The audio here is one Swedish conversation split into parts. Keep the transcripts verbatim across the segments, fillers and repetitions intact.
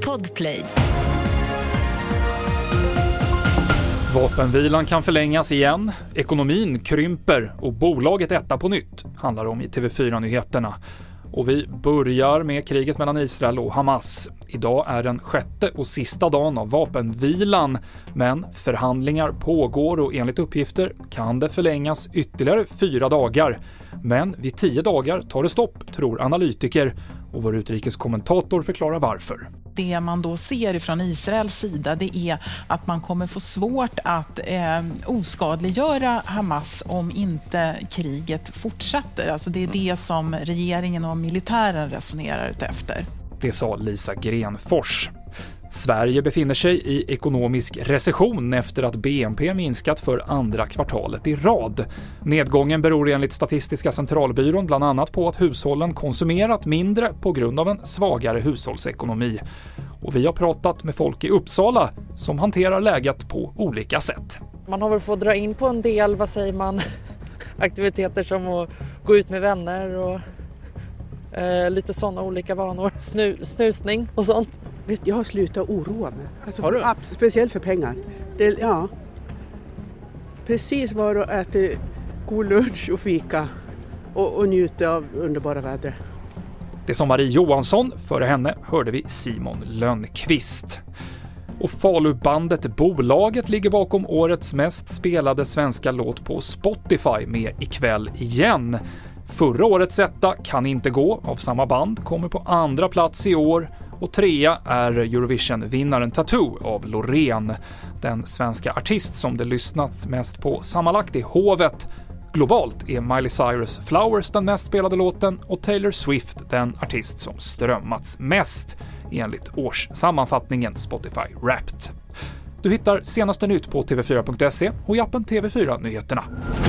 Podplay. Vapenvilan kan förlängas igen, ekonomin krymper och bolaget etta på nytt handlar om i T V fyra-nyheterna. Och vi börjar med kriget mellan Israel och Hamas. Idag är den sjätte och sista dagen av vapenvilan, men förhandlingar pågår och enligt uppgifter kan det förlängas ytterligare fyra dagar. Men vid tio dagar tar det stopp, tror analytiker, och vår utrikeskommentator förklarar varför. Det man då ser från Israels sida, det är att man kommer få svårt att eh, oskadliggöra Hamas om inte kriget fortsätter. Alltså det är det som regeringen och militären resonerar ut efter. Det sa Lisa Grenfors. Sverige befinner sig i ekonomisk recession efter att B N P minskat för andra kvartalet i rad. Nedgången beror enligt Statistiska centralbyrån bland annat på att hushållen konsumerat mindre på grund av en svagare hushållsekonomi. Och vi har pratat med folk i Uppsala som hanterar läget på olika sätt. Man har väl fått dra in på en del, vad säger man, aktiviteter som att gå ut med vänner och eh, lite sådana olika vanor, Snu, snusning och sånt. Jag har slutat oroa mig. Alltså, har du? Speciellt för pengar. Det, ja. Precis var att äta god lunch och fika och, och njuta av underbara vädret. Det som Marie Johansson, före henne hörde vi Simon Lönnqvist. Och Falubandet Bolaget ligger bakom årets mest spelade svenska låt på Spotify med ikväll igen. Förra årets etta Kan inte gå av samma band kommer på andra plats i år. Och trea är Eurovision-vinnaren Tattoo av Loreen. Den svenska artist som det lyssnat mest på sammanlagt i Hovet. Globalt är Miley Cyrus Flowers den mest spelade låten och Taylor Swift den artist som strömmats mest enligt årssammanfattningen Spotify Wrapped. Du hittar senaste nytt på T V fyra punkt se och i appen T V fyra-nyheterna.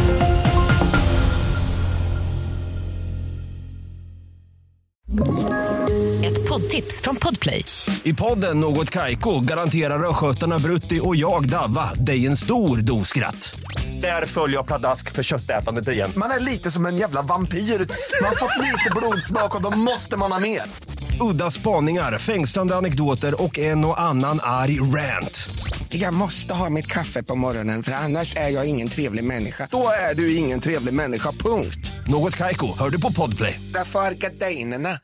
Ett poddtips från Podplay. I podden Något Kaiko garanterar röskötarna Brutti och jag Davva dig en stor doskratt. Där följer jag pladask för köttätandet igen. Man är lite som en jävla vampyr. Man har fått lite blodsmak och då måste man ha mer. Udda spaningar, fängslande anekdoter och en och annan arg rant. Jag måste ha mitt kaffe på morgonen för annars är jag ingen trevlig människa. Då är du ingen trevlig människa, punkt. Något Kaiko, hör du på Podplay. Därför är gardinerna.